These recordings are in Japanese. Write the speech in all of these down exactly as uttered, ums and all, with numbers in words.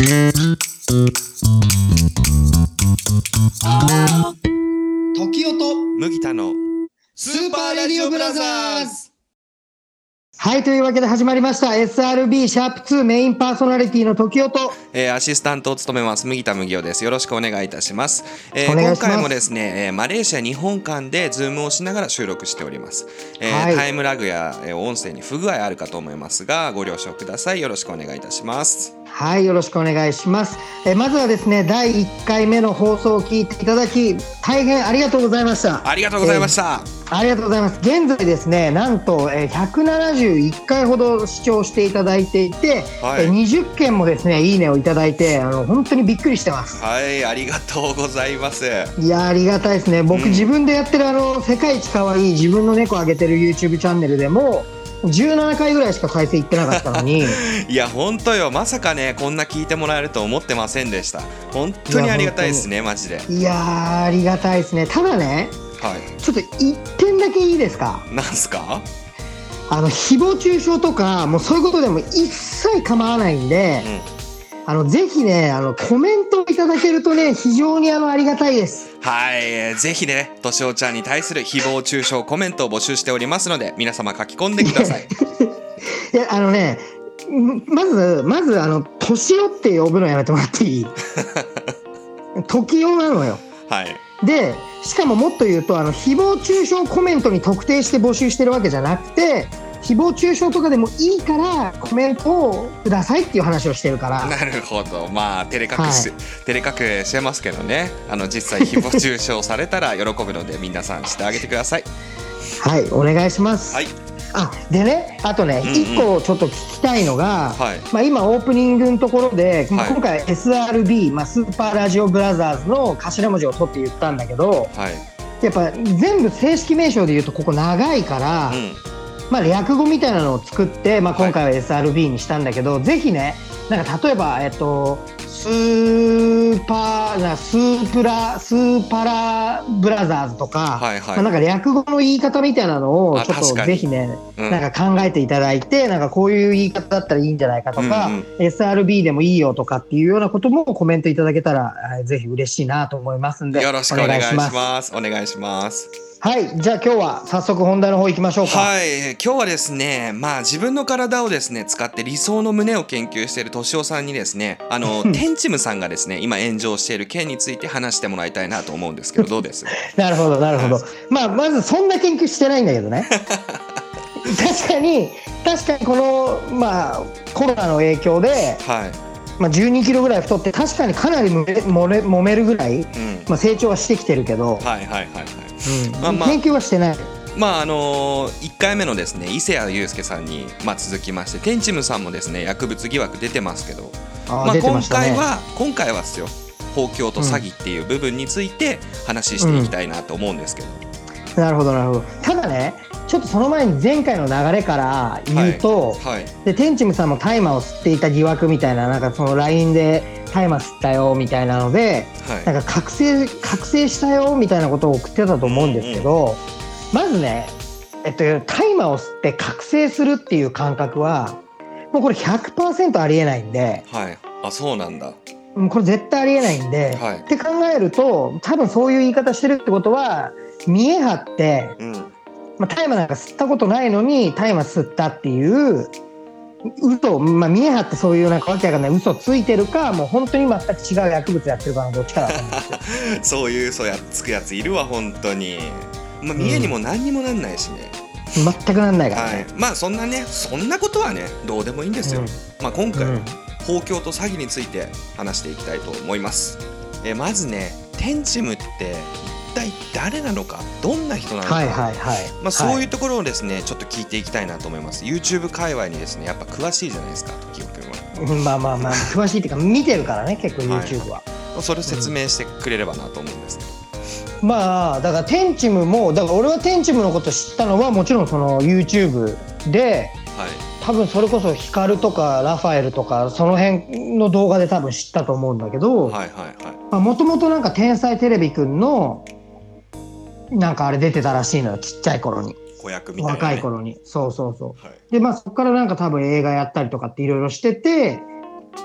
時代と麦田のスーパーレディオブラザーズ。 はい、というわけで始まりました エスアールビー シャープツーメインパーソナリティの時代と、 えー、アシスタントを務めます麦田麦代です。よろしくお願いいたします。えー、 お願いします。 今回もですね、えー、マレーシア日本間でズームをしながら収録しております。えーはい、 タイムラグや、えー、音声に不具合あるかと思いますがご了承ください。よろしくお願いいたします。 はい、よろしくお願いします。えまずはですね、だいいっかいめの放送を聞いていただき大変ありがとうございました。 ありがとうございました。 えーありがとうございます。現在ですね、なんとひゃくななじゅういっかいほど視聴していただいていて、 はい、 にじゅっけんもですねいいねをいただいて、あの本当にびっくりしてます。 はい、ありがとうございます。 いや、ありがたいですね。僕、うん、自分でやってるあの世界一可愛い自分の猫をあげてる YouTube チャンネルでもじゅうななかいぐらいしか再生いってなかったのにいや本当よ、まさかねこんな聞いてもらえると思ってませんでした。本当にありがたいですね、マジで。 いや、ありがたいですね。ただね、はい、ちょっと一点だけいいですか。 なんすか。 あの誹謗中傷とかもうそういうことでも一切構わないんで、うん、あのぜひねあのコメントいただけるとね非常にあのありがたいです。 はい、ぜひねとしおちゃんに対する誹謗中傷コメントを募集しておりますので皆様書き込んでください。 いや、あのねまずまずあのとしおって呼ぶのやめてもらっていい？時代なのよ。 はい。 でしかももっと言うとあの誹謗中傷コメントに特定して募集してるわけじゃなくて、誹謗中傷とかでもいいからコメントをくださいっていう話をしてるから。 なるほど。まあ照れ隠し、はい、照れ隠してますけどね、あの実際誹謗中傷されたら喜ぶので皆さんしてあげてください。 はい、お願いします。 はい。 あでね、あとね、うんうん、いっこちょっと聞きたいのが、はい、まあ、今オープニングのところで、はい、今回 エスアールビー、まあ、スーパーラジオブラザーズの頭文字を取って言ったんだけど、はい、やっぱ全部正式名称で言うとここ長いから、うん、まあ、略語みたいなのを作って、まあ、今回は エスアールビー にしたんだけど、はい、ぜひねなんか例えば、えっと、スーパーなスープラスーパラブラザーズとか、はいはい、まあ、なんか略語の言い方みたいなのをちょっとぜひね、うん、なんか考えていただいて、なんかこういう言い方だったらいいんじゃないかとか、うんうん、エスアールビー でもいいよとかっていうようなこともコメントいただけたらぜひ嬉しいなと思いますんで、 よろしくお願いします。お願いします。 はい、じゃあ今日は早速本題の方行きましょうか。 はい、今日はですね、まあ自分の体をですね使って理想の胸を研究しているとしおさんにですね、あのテンチムさんがですね今炎上している件について話してもらいたいなと思うんですけど、どうです？ なるほどなるほど。まあまずそんな研究してないんだけどね。確かに確かにこのまあコロナの影響で。はい。まあ、じゅうにキロぐらい太って確かにかなりもめ、もれ、揉めるぐらい、うん、まあ、成長はしてきてるけど、はいはいはいはい、うん、まあまあ、研究はしてない。 まああのー、いっかいめのですね伊勢谷友介さんに、まあ、続きましてテンチムさんもですね薬物疑惑出てますけど、あ、まあ、今回は今回はですよ放狂と詐欺っていう部分について話していきたいなと思うんですけど、 うん、なるほどなるほど。ただねちょっとその前に前回の流れから言うと、はいはい、でテンチムさんも大麻を吸っていた疑惑みたいな、なんかその ライン で大麻吸ったよみたいなので、はい、なんか覚醒覚醒したよみたいなことを送ってたと思うんですけど、うんうん、まずね、えっと、大麻を吸って覚醒するっていう感覚はもうこれ ひゃくパーセント ありえないんで、 はい、あ、そうなんだ。 これ絶対ありえないんで、はい、って考えると多分そういう言い方してるってことは見え張って、うん、まあ、大麻なんか吸ったことないのに大麻吸ったっていう嘘、まあ、見え張ってそういうなんかわけわかんない嘘ついてるか、もう本当に全く違う薬物やってるかのどっちかだと思うんですよ。 そういう嘘やっつくやついるわ本当に、まあ、見えにも何にもなんないしね、 うん、全くなんないからね、 はい、まあそんなねそんなことはねどうでもいいんですよ、うん、まあ、今回は、うん、放狂と詐欺について話していきたいと思います。えまずねテンチムって一体誰なのか、どんな人なのか、はいはいはい、まあ、そういうところをですね、はい、ちょっと聞いていきたいなと思います。 YouTube 界隈にですねやっぱ詳しいじゃないですか時代君は。 まあまあまあ詳しいっていうか見てるからね結構 YouTube は、 はい、それを説明してくれればなと思うんですけど、 うん、まあだからテンチムもだから俺はテンチムのこと知ったのはもちろんその YouTube で、はい、多分それこそヒカルとかラファエルとかその辺の動画で多分知ったと思うんだけど、もともとなんか天才テレビくんのなんかあれ出てたらしいのよ、ちっちゃい頃に、 子役みたいな、ね、 若い頃に、そうそうそう、はい、でまあそこからなんか多分映画やったりとかっていろいろしてて、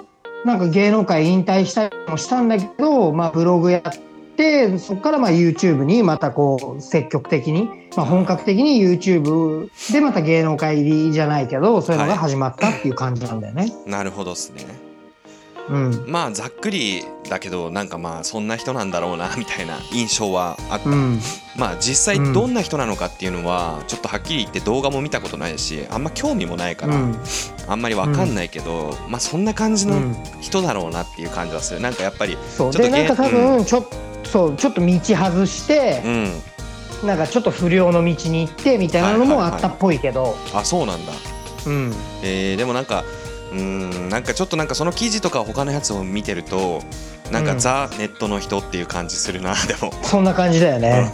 なんか芸能界引退したりもしたんだけど、まあ、ブログやってそこからまあ YouTube にまたこう積極的に、まあ、本格的に YouTube でまた芸能界入りじゃないけどそういうのが始まったっていう感じなんだよね、はい、 なるほどですね。 うん、 まあざっくりだけどなんかまあそんな人なんだろうなみたいな印象はあった、うん、まあ実際どんな人なのかっていうのはちょっとはっきり言って動画も見たことないしあんま興味もないから、うん、あんまり分かんないけど、うん、まあそんな感じの人だろうなっていう感じはする。なんかやっぱりちょっとでなんか多分ちょっと、うん、そうちょっと道外して、うん、なんかちょっと不良の道に行ってみたいなのもあったっぽいけど、はいはいはい、 あそうなんだ、うんえー、でもなんかうーんなんかちょっとなんかその記事とか他のやつを見てるとなんかザ・ネットの人っていう感じするな、でもそんな感じだよね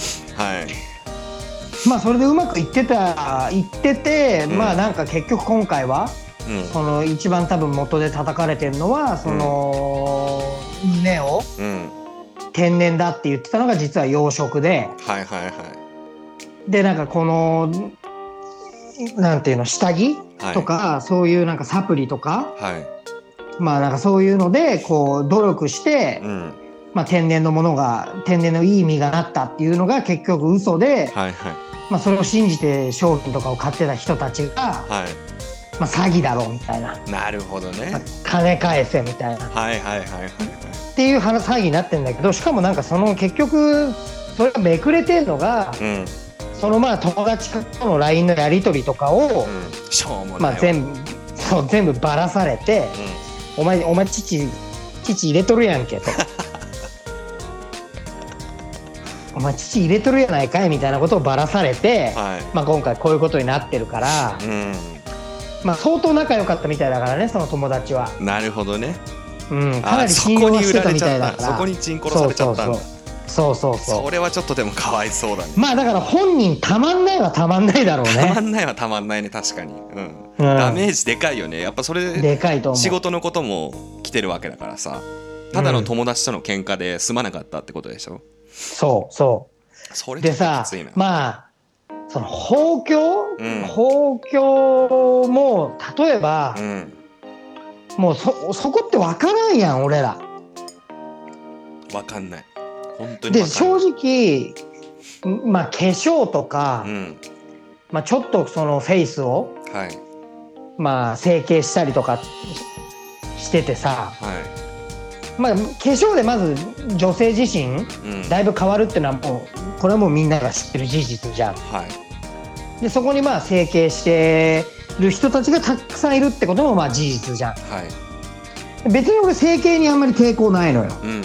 はいまあそれでうまくいってたいってて、うん、まあなんか結局今回は、うん、その一番多分元で叩かれてるのはその、うん、胸を、うん、天然だって言ってたのが実は養殖で、 はいはいはいでなんかこのなんていうの下着とか、はい、そういうなんかサプリとか、はい、まあなんかそういうのでこう努力して、うんまあ、天然のものが天然のいい実がなったっていうのが結局嘘で、はいはいまあ、それを信じて商品とかを買ってた人たちが、はいまあ、詐欺だろうみたいな。 なるほどね、まあ、 金返せみたいな、 はいはいはいはい、はい、 っていう話詐欺になってるんだけどしかもなんかその結局それがめくれてるのが、うんそのまあ友達との ライン のやり取りとかを、うん、しょうもないまあ、全部そう全部ばらされて、うん、お前お前父父入れとるやんけとお前父入れとるやないかいみたいなことをばらされて、はいまあ、今回こういうことになってるから、うんまあ、相当仲良かったみたいだからねその友達は。 なるほどね、 うん、かなり信用してたみたいだからそこにチンコロされちゃったんだ。 そうそうそうそうそうそうそれはちょっとでもかわいそうだね。 まあだから本人たまんないはたまんないだろうね。 たまんないはたまんないね確かに、うんうん、ダメージでかいよねやっぱそれでかいと思う。 仕事のことも来てるわけだからさただの友達との喧嘩で済まなかったってことでしょ、うん、 そうそうそれでさきついな。 まあその放狂、うん、放狂も例えば、うん、もう そ, そこって分からんやん俺ら。 分かんない本当にで正直、まあ、化粧とか、うんまあ、ちょっとそのフェイスを、はいまあ、整形したりとかしててさ、はいまあ、化粧でまず女性自身、うん、だいぶ変わるっていうのはもうこれはもうみんなが知ってる事実じゃん、はい、でそこにまあ整形してる人たちがたくさんいるってこともまあ事実じゃん、はい、別に俺整形にあんまり抵抗ないのよ、うんうん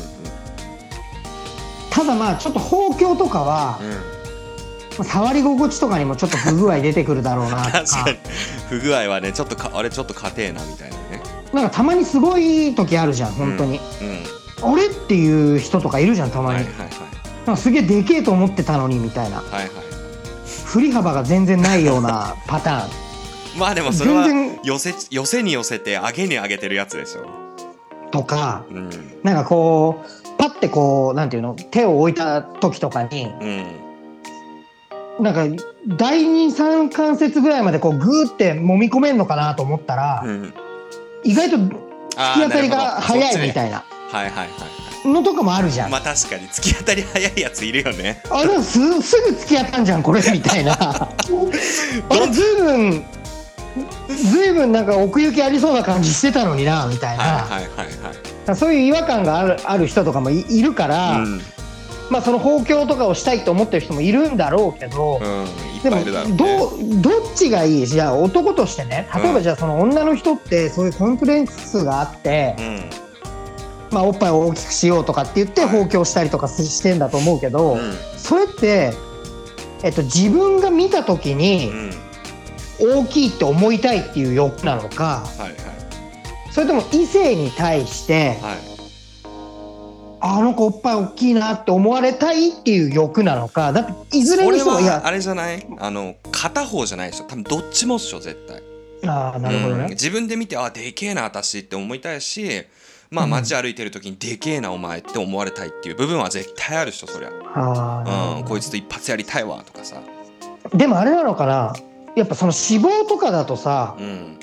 ただまあちょっと放狂とかは、うん、触り心地とかにもちょっと不具合出てくるだろうなとか確かに不具合はねちょっとかあれちょっと硬えなみたいなね。 なんかたまにすごい時あるじゃん本当に、うんうん、俺っていう人とかいるじゃんたまに、はいはいはい、なんかすげえでけえと思ってたのにみたいな、はいはい、振り幅が全然ないようなパターンまあでもそれは寄せ、寄せに寄せて上げに上げてるやつでしょとか、うん、なんかこうパッてこうなんていうの手を置いた時とかに、うん、なんかだいにさん関節ぐらいまでこうグーって揉み込めんのかなと思ったら、うん、意外と突き当たりが早いみたいなはいはいはいのとかもあるじゃん。 まあ確かに突き当たり早いやついるよね。 あれ す, すぐ突き当たんじゃんこれみたいなあれずいぶんずいぶんなんか奥行きありそうな感じしてたのになみたいな、はいはいはいはい、そういう違和感がある、ある人とかも い, いるから、うん、まあその放狂とかをしたいと思ってる人もいるんだろうけど、うん、いっぱいいるだろうね。でも ど, どっちがいい。じゃあ男としてね例えばじゃあその女の人ってそういうコンプレックスがあって、うんまあ、おっぱいを大きくしようとかって言って放狂したりとかしてんだと思うけど、うん、それって、えっと、自分が見た時に、うん大きいって思いたいっていう欲なのか、はいはい、それとも異性に対して、はい、あの子おっぱい大きいなって思われたいっていう欲なのか。だっていずれにしてもそれはあれじゃないあの片方じゃないでしょ多分どっちもっしょ絶対。 ああなるほどね、 うん、自分で見てあでけえな私って思いたいしまあ街歩いてる時にでけえなお前って思われたいっていう部分は絶対ある人そりゃ、あ、うん、こいつと一発やりたいわとかさ。 でもあれなのかなやっぱその脂肪とかだとさ、うん、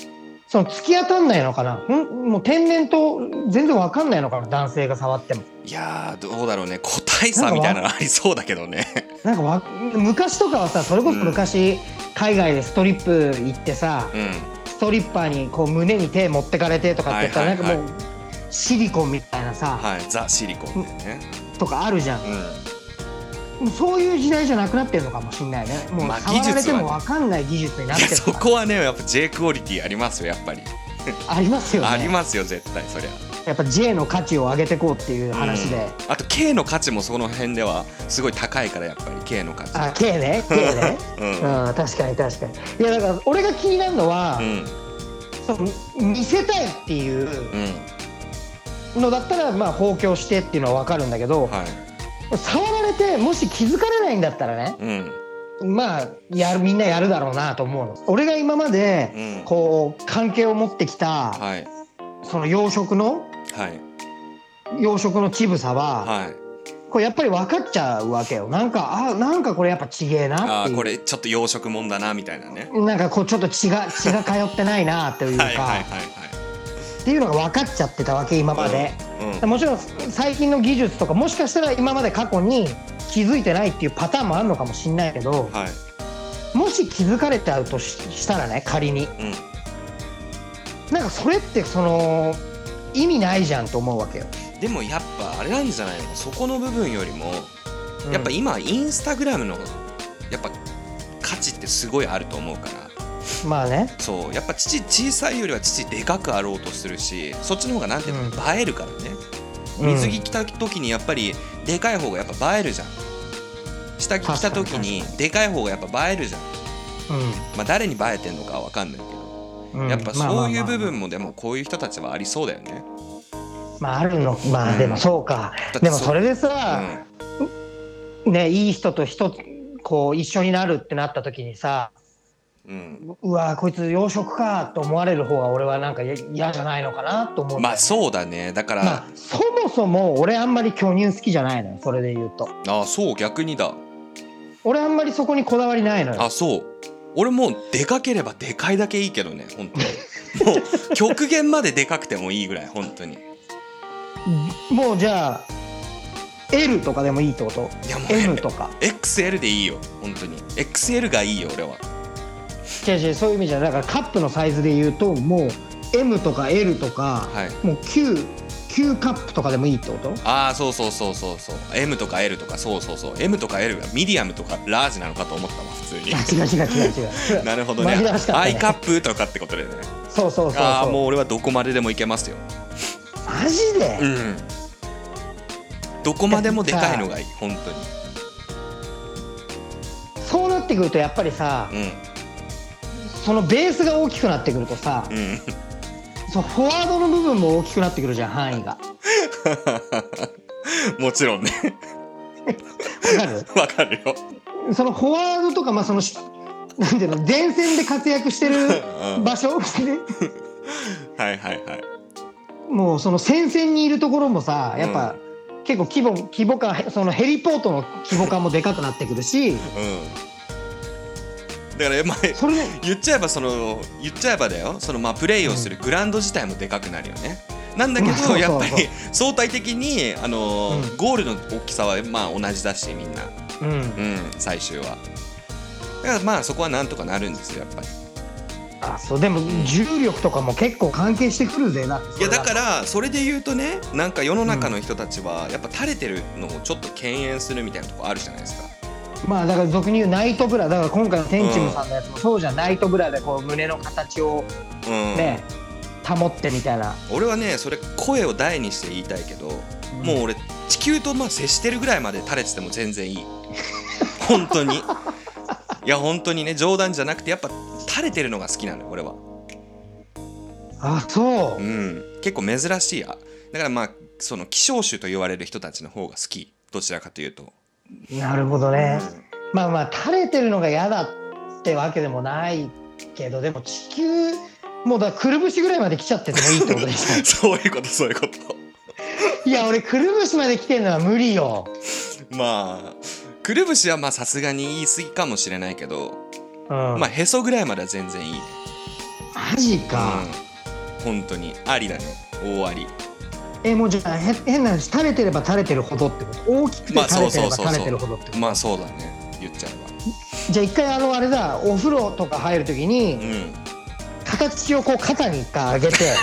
その突き当たんないのかな、ほんもう天然と全然わかんないのかな、男性が触っても。 いやーどうだろうね、個体差みたいなのありそうだけどね。 なんかわ昔とかはさ、それこそ昔、うん、海外でストリップ行ってさ、うん、ストリッパーにこう胸に手持ってかれてとかって言ったら、なんかもうシリコンみたいなさ、 はい、ザ・シリコンでねとかあるじゃん、うん、そういう時代じゃなくなってるのかもしれないね。もう触られても分かんない技術になってる、 まあね、そこはねやっぱ J クオリティありますよやっぱり。 ありますよね。 ありますよ絶対そりゃ。 やっぱ J の価値を上げていこうっていう話で、うん、 あと K の価値もその辺ではすごい高いからやっぱり K の価値。 あ K ね K ね、うんうん、確かに確かに。いやだから俺が気になるのは、うん、そう見せたいっていうのだったらまあ放狂してっていうのは分かるんだけど、はい、触られてもし気づかれないんだったらね、うん、まあやるみんなやるだろうなと思うの。俺が今までこう関係を持ってきた、はい、その養殖の、はい、養殖の乳房は、はい、これやっぱり分かっちゃうわけよ。なんかあなんかこれやっぱちげえなっていう。 あこれちょっと養殖もんだなみたいなね。 なんかこうちょっと血が血が通ってないなというかはいはいはい、はい、っていうのが分かっちゃってたわけ今まで、うんうん、もちろん最近の技術とかもしかしたら今まで過去に気づいてないっていうパターンもあるのかもしれないけど、はい、もし気づかれちゃうと し, したらね仮に、うんなんかそれってその意味ないじゃんと思うわけよ。 でもやっぱあれなんじゃないの、そこの部分よりも、うん、やっぱ今インスタグラムのやっぱ価値ってすごいあると思うから。 まあね。 そうやっぱ父小さいよりは父でかくあろうとするし、そっちの方がなんていうの、うん、映えるからね。水着着た時にやっぱりでかい方がやっぱ映えるじゃん。下着着た時にでかい方がやっぱ映えるじゃん、うん、まあ誰に映えてんのかは分かんないけど、やっぱそういう部分もでもこういう人たちはありそうだよね。 まああるのまあでもそうか、うん、でもそれでさ、うん、ねいい人と人こう一緒になるってなった時にさ、うん、うわこいつ養殖かと思われる方が俺はなんか嫌じゃないのかなと思う。 まあそうだね。だから、まあ、 そもそも俺あんまり巨乳好きじゃないのよ。それで言うと。 ああそう逆にだ。 俺あんまりそこにこだわりないのよ。 あそう。俺もうでかければでかいだけいいけどね本当にもう極限まででかくてもいいぐらい本当にもうじゃあ エル とかでもいいってこと？いやもう エム とかエックスエル でいいよ本当に。 エックスエル がいいよ俺は。 違う違うそういう意味じゃだからカップのサイズで言うともう エム とか エル とか、はい、もう Q Q カップとかでもいいってこと？ ああそうそうそうそうそう エム とか エル とかそうそうそう エム とか エル がミディアムとかラージなのかと思ったわ普通に。 違う違う違う違うなるほどね。ねアイカップとかってことでね。 そうそうそうそう。 ああもう俺はどこまででもいけますよ。 マジで？ うんどこまでもでかいのがいい本当に。 そうなってくるとやっぱりさ、うん、そのベースが大きくなってくるとさ、うんそうフォワードの部分も大きくなってくるじゃん範囲がもちろんねわかるわかるよ。 そのフォワードとかまあそのなんていうの前線で活躍してる場所はいはいはい。 もうその戦線にいるところもさやっぱ、うん、結構規模規模感そのヘリポートの規模感もでかくなってくるし、うんだから前言っちゃえばその言っちゃえばだよそのまあプレイをするグラウンド自体もでかくなるよね。なんだけどやっぱり相対的にあのゴールの大きさはまあ同じだしみんな、うんうん、最終はだからまあそこはなんとかなるんですよやっぱり。 あそうでも重力とかも結構関係してくるぜな。 いやだからそれで言うとねなんか世の中の人たちはやっぱ垂れてるのをちょっと敬遠するみたいなとこあるじゃないですか。 まあだから俗に言うナイトブラだから今回のテンチムさんのやつもそうじゃん、うん、ナイトブラでこう胸の形をね、うん、保ってみたいな。 俺はねそれ声を大にして言いたいけど、うん、もう俺地球とまあ接してるぐらいまで垂れてても全然いい本当にいや本当にね冗談じゃなくてやっぱ垂れてるのが好きなのよ俺は。 あそう、 うん、結構珍しいやだからまあその希少種と言われる人たちの方が好きどちらかというと。 なるほどね、うん、まあまあ垂れてるのが嫌だってわけでもないけどでも地球もうだくるぶしぐらいまで来ちゃっててもいいってことですねそういうことそういうこといや俺くるぶしまで来てんのは無理よ。 まあくるぶしはまあさすがに言い過ぎかもしれないけど、うん、まあへそぐらいまでは全然いいね。 マジか、 うん、本当にありだね、大あり。 えもうじゃあへ変な話、垂れてれば垂れてるほどってこと、大きくて垂れてれば垂れてるほどってこと。 まあそうそうそうそう、まあそうだね、言っちゃえば。 じゃあ一回あのあれだ、お風呂とか入るときに、うん、形をこう肩に一回上げて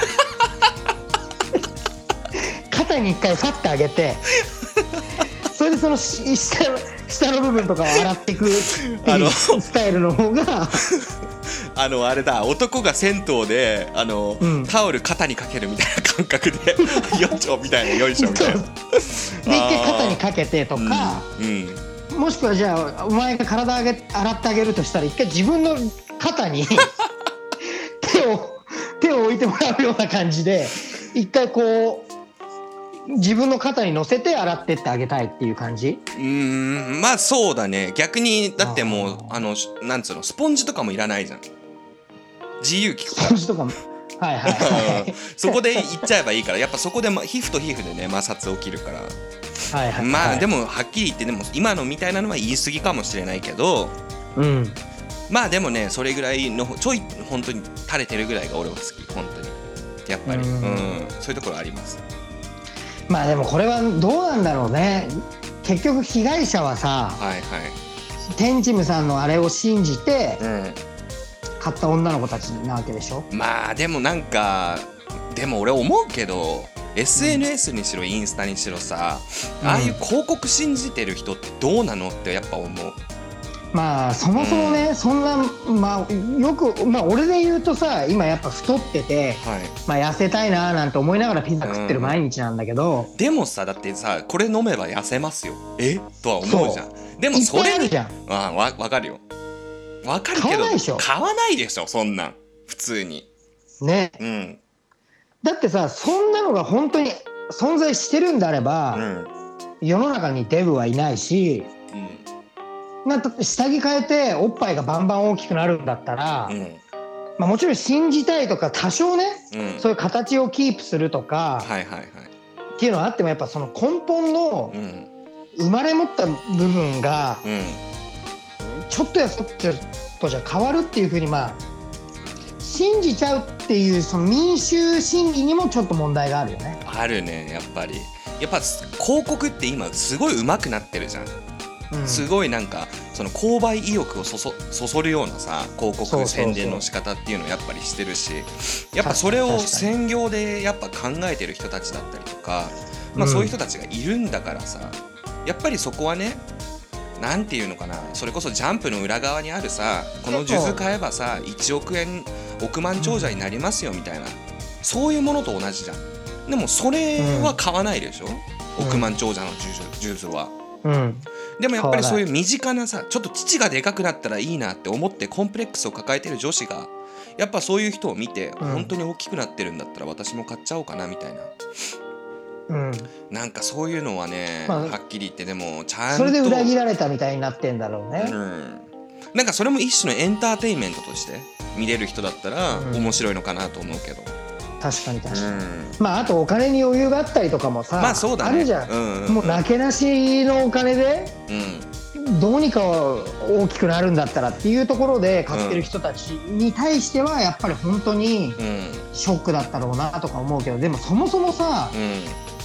肩に一回ファッて上げてそれでその下の下の部分とかを洗っていくっていうスタイルの方があのあれだ、男が銭湯であの、うん、タオル肩にかけるみたいな感覚でよいしょみたいな、よいしょみたいなで一回肩にかけてとか、うんうん、もしくはじゃあお前が体上げ洗ってあげるとしたら、一回自分の肩に手を手を置いてもらうような感じで、一回こう自分の肩に乗せて洗ってってあげたいっていう感じ。 うーん、まあそうだね。逆にだってもう あ, あのなんつうの、スポンジとかもいらないじゃん。自由聞くから。 スポンジとかもはいはい、はい、 そこでいっちゃえばいいから、やっぱそこで、ま、皮膚と皮膚でね摩擦起きるから、はいはいはい、まあでもはっきり言って、でも今のみたいなのは言い過ぎかもしれないけど、うん、まあでもね、それぐらいのちょい本当に垂れてるぐらいが俺は好き、本当にやっぱり、うん、うん、そういうところあります。 まあでもこれはどうなんだろうね。結局被害者はさ、はいはい、テンチムさんのあれを信じて、うん、買った女の子たちなわけでしょ。 まあでもなんか、でも俺思うけど エスエヌエス にしろインスタにしろさ、うん、ああいう広告信じてる人ってどうなのってやっぱ思う。 まあそもそもね、うん、そんな、まあよく、まあ俺で言うとさ、今やっぱ太ってて、はい、まあ痩せたいなーなんて思いながらピザ食ってる毎日なんだけど、 うん、でもさ、だってさ、これ飲めば痩せますよえとは思うじゃん。でもそれにあわ分かるよ、分かるけど買わないでしょ。買わないでしょそんなん普通にね、うん、だってさ、そんなのが本当に存在してるんであれば、うん、世の中にデブはいないし、うん、なんか下着変えておっぱいがバンバン大きくなるんだったら、うん、まあ、もちろん信じたいとか多少ね、うん、そういう形をキープするとか、はいはいはい、っていうのはあっても、やっぱその根本の生まれ持った部分が、うん、ちょっとやそっとじゃ変わるっていう風に、まあ信じちゃうっていう、その民衆心理にもちょっと問題があるよね。 あるね、やっぱり。やっぱ広告って今すごい上手くなってるじゃん。うん、すごいなんかその購買意欲をそそそそるようなさ、広告宣伝の仕方っていうのをやっぱりしてるし、やっぱそれを専業でやっぱ考えてる人たちだったりとか、まあそういう人たちがいるんだからさ、やっぱりそこはね、なんていうのかな、それこそジャンプの裏側にあるさ、この数珠買えばさいちおくえん億万長者になりますよみたいな、そういうものと同じじゃん。でもそれは買わないでしょ、うん、億万長者の数珠は、うん、でもやっぱりそういう身近なさ、ちょっと乳がでかくなったらいいなって思ってコンプレックスを抱えてる女子がやっぱそういう人を見て、うん、本当に大きくなってるんだったら私も買っちゃおうかなみたいな、うん、なんかそういうのはね、まあ、はっきり言ってでもちゃんとそれで裏切られたみたいになってんだろうね、うん、 なんかそれも一種のエンターテインメントとして見れる人だったら面白いのかなと思うけど、 うん、確かに確かに、うん、まああとお金に余裕があったりとかもさ、まあそうだね、あるじゃん、うんうんうん、もうなけなしのお金で、うん、どうにか大きくなるんだったらっていうところで買ってる人たちに対してはやっぱり本当にショックだったろうなとか思うけど、でもそもそもさ、うん、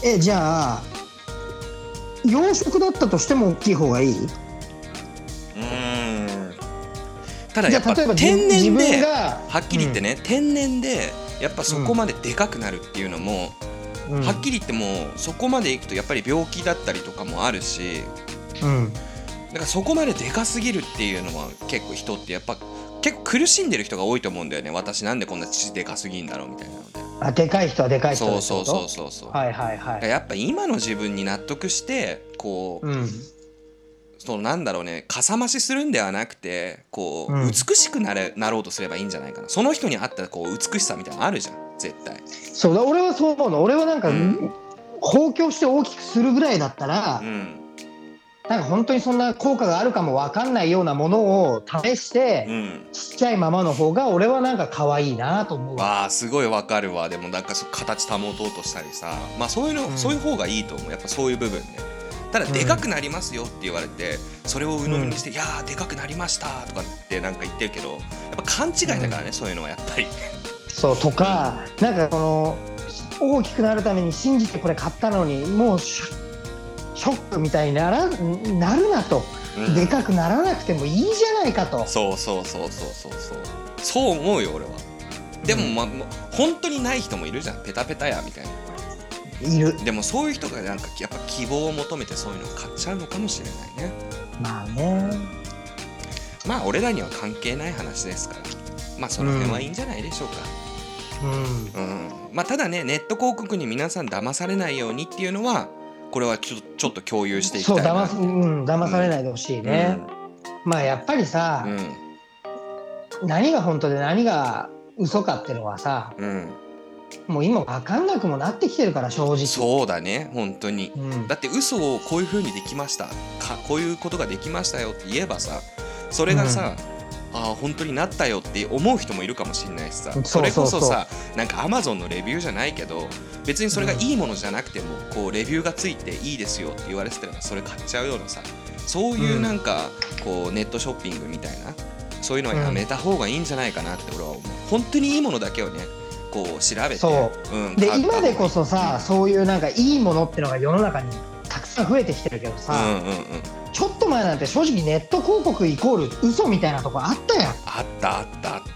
えじゃあ養殖だったとしても大きい方がいい？うーん、ただやっぱ天然ではっきり言ってね、うん、天然でやっぱそこまででかくなるっていうのも、うん、はっきり言ってもそこまでいくとやっぱり病気だったりとかもあるし、うん、だからそこまででかすぎるっていうのは結構人ってやっぱ結構苦しんでる人が多いと思うんだよね。私なんでこんな乳でかすぎんだろうみたいなので、 あ、でかい人はでかい人そうそうそうそうそう、 はいはいはい、 やっぱ今の自分に納得してこう、うん、そのなんだろうね、かさ増しするんではなくてこう、うん、美しくなれなろうとすればいいんじゃないかな。その人に合ったこう美しさみたいなのあるじゃん絶対。 そうだ、俺はそう思うの。俺はなんか、うん、放狂して大きくするぐらいだったら、うん、なんか本当にそんな効果があるかも分かんないようなものを試して、うん、ちっちゃいままの方が俺はなんか可愛いなと思う。 わあ、すごい分かるわ。でもなんか形保とうとしたりさ、まあそういうの、うん、そういう方がいいと思う。やっぱそういう部分ね。ただでかくなりますよって言われて、うん、それを鵜呑みにして、うん、いやーでかくなりましたとかってなんか言ってるけど、やっぱ勘違いだからね、うん、そういうのはやっぱりそうとか、なんかこの大きくなるために信じてこれ買ったのにもうショックみたいにならなるなと、うん、でかくならなくてもいいじゃないかと。 そうそうそうそうそうそうそう思うよ俺は。でも、ま、うん、本当にない人もいるじゃん、ペタペタやみたいな。 いる。 でもそういう人がなんかやっぱ希望を求めてそういうのを買っちゃうのかもしれないね。 まあね、 まあ俺らには関係ない話ですから、まあその辺はいいんじゃないでしょうか。うんうん、まあただね、ネット広告に皆さん騙されないようにっていうのはこれはちょ、ちょっと共有していきたいな。 そう、騙、うん、騙されないでほしいね、うん、まあやっぱりさ、うん、何が本当で何が嘘かっていうのはさ、うん、もう今分かんなくもなってきてるから、正直。 そうだね、本当に、うん、だって嘘をこういう風にできましたか、こういうことができましたよって言えばさ、それがさ、うん、ああ本当になったよって思う人もいるかもしれないしさ、それこそさ、なんか Amazon のレビューじゃないけど、別にそれがいいものじゃなくても、こうレビューがついていいですよって言われてたらそれ買っちゃうようなさ、そういうなんかこうネットショッピングみたいな、そういうのはやめた方がいいんじゃないかなって俺は思う。本当にいいものだけをねこう調べて、 そう、うん、で今でこそさ、うん、そういうなんかいいものってのが世の中にたくさん増えてきてるけどさ、うんうんうん、ちょっと前なんて正直ネット広告イコール嘘みたいなとこあったやん。 あったあったあった。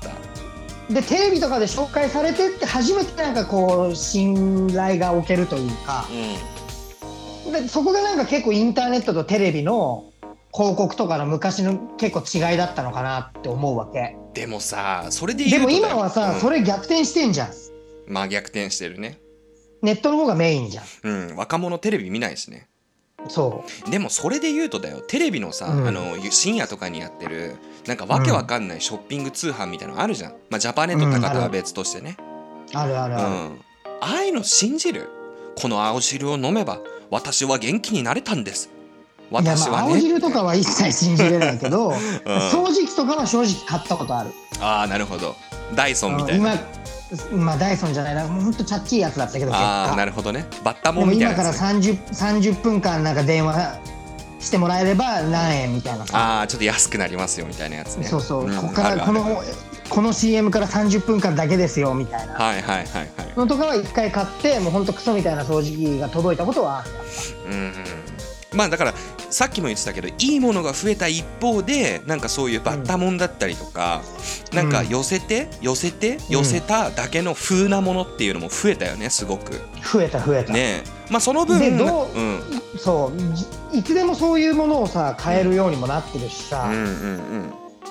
でテレビとかで紹介されてって初めてなんかこう信頼がおけるというか、うん、でそこがなんか結構インターネットとテレビの広告とかの昔の結構違いだったのかなって思うわけ。 でもさ、それで言うとでも今はさ、うん、それ逆転してんじゃん。 まあ逆転してるね。 ネットの方がメインじゃん。 うん、若者テレビ見ないしね。 そう。 でもそれで言うとだよ、テレビのさ、うん、あの深夜とかにやってるなんかわけわかんないショッピング通販みたいなのあるじゃん。まあジャパネット高田は別としてね。 うん、あるあるある。うん、 ああいうの信じる？この青汁を飲めば私は元気になれたんです。私はね、 いや、まあ青汁とかは一切信じれないけど、うん、掃除機とかは正直買ったことある。 ああ、なるほど。ダイソンみたいな。 今、まあダイソンじゃないな、もうほんとチャッチいやつだったけど、 ああ、なるほどね。バッタモンみたいなやつ、ね。 でも今から 30, さんじゅっぷんかんなんか電話してもらえれば何円みたいなさ。 ああ、ちょっと安くなりますよみたいなやつね。 そうそう、うん、ここからこのこの シーエム からさんじゅっぷんかんだけですよみたいな。 はいはいはいはい。 のとかはいっかい買ってもうほんとクソみたいな掃除機が届いたことはある。 うんうん。まあだからさっきも言ってたけど、いいものが増えた一方でなんかそういうバッタモンだったりとか、うん、なんか寄せて寄せて寄せただけの風なものっていうのも増えたよね、すごく。 増えた増えたね。まあその分でどう、うん、そういつでもそういうものをさ買えるようにもなってるしさ、うんうんうんうん、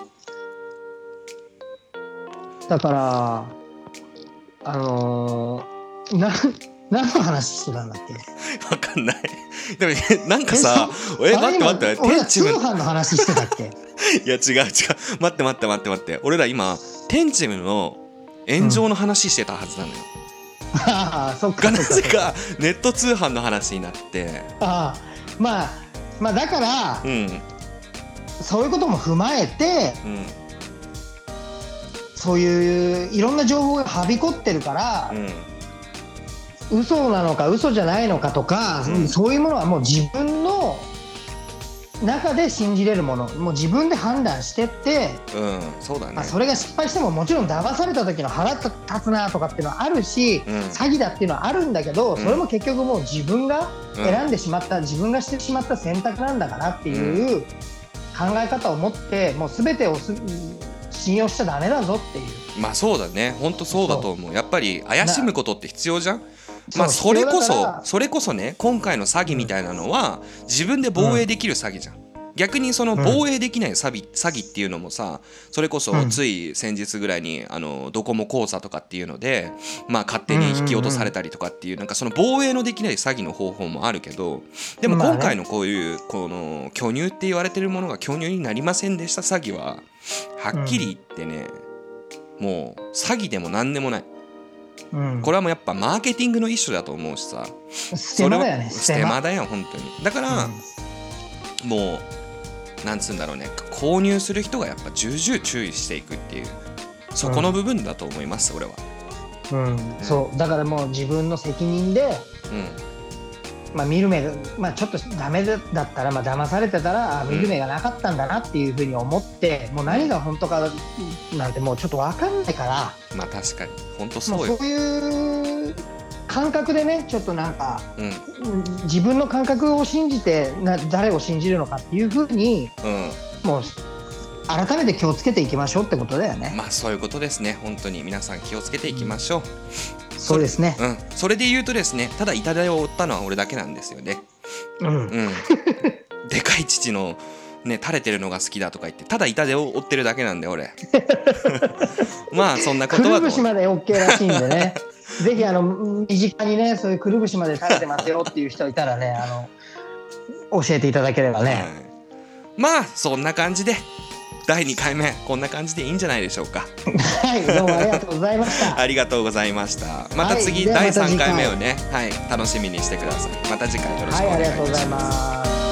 だからあのー、な何の話してたんだっけ。 わかんない。でもなんかさ、え待って待って、 俺ら通販の話してたっけ。 いや違う違う、待って待って待って待って、俺ら今テンチムの炎上の話してたはずなのよ。 うん、ああ、そっか。 がなぜかネット通販の話になって。 ああ、まあまあだから、うん、そういうことも踏まえて、うん、そういういろんな情報がはびこってるから。うん、嘘なのか嘘じゃないのかとか、うん、そういうものはもう自分の中で信じれるもの、もう自分で判断してって、 うん、そうだね。 まあ、それが失敗してももちろん騙された時の腹立つなとかっていうのはあるし、うん、詐欺だっていうのはあるんだけど、うん、それも結局もう自分が選んでしまった、うん、自分がしてしまった選択なんだからっていう考え方を持って、もう全てをす信用しちゃダメだぞっていう。 まあそうだね、本当そうだと思う。やっぱり怪しむことって必要じゃん。まあそれこそそれこそね、今回の詐欺みたいなのは自分で防衛できる詐欺じゃん。逆にその防衛できない詐欺、詐欺っていうのもさ、それこそつい先日ぐらいにあのドコモ口座とかっていうのでまあ勝手に引き落とされたりとかっていう、なんかその防衛のできない詐欺の方法もあるけど、でも今回のこういうこの巨乳って言われてるものが巨乳になりませんでした詐欺ははっきり言ってね、もう詐欺でもなんでもない。うん、これはもうやっぱマーケティングの一種だと思うしさ、 ステマだよね。 ステマだよ本当に。だから、うん、もうなんつうんだろうね、購入する人がやっぱ重々注意していくっていう、そこの部分だと思います、うん、俺は。 うん、うん、そうだからもう自分の責任で、 まあ、見る目、まあ、ちょっとダメだったら、まあ騙されてたら、あ見る目がなかったんだなっていうふうに思って、もう何が本当かなんてもうちょっと分かんないから、 まあ確かに本当そうよ。 もうそういう感覚でね、ちょっとなんか、 うん、 自分の感覚を信じてな誰を信じるのかっていうふうに、うん、もう改めて気をつけていきましょうってことだよね。 まあそういうことですね。本当に皆さん気をつけていきましょう。 そうですね。 うん、それで言うとですね、ただ痛手を負ったのは俺だけなんですよね。うん。うん、でかい父のね垂れてるのが好きだとか言って、ただ痛手を負ってるだけなんで俺。まあそんなことは。くるぶしまで OK らしいんでね。ぜひあの身近にねそういうくるぶしまで垂れてますよっていう人いたらね、あの教えていただければね。はい、 まあそんな感じで。だいにかいめこんな感じでいいんじゃないでしょうか。 はい、どうもありがとうございました。 ありがとうございました。また次、はい、だいさんかいめをね、はい、楽しみにしてください。また次回よろしくお願いします。 はい、ありがとうございます。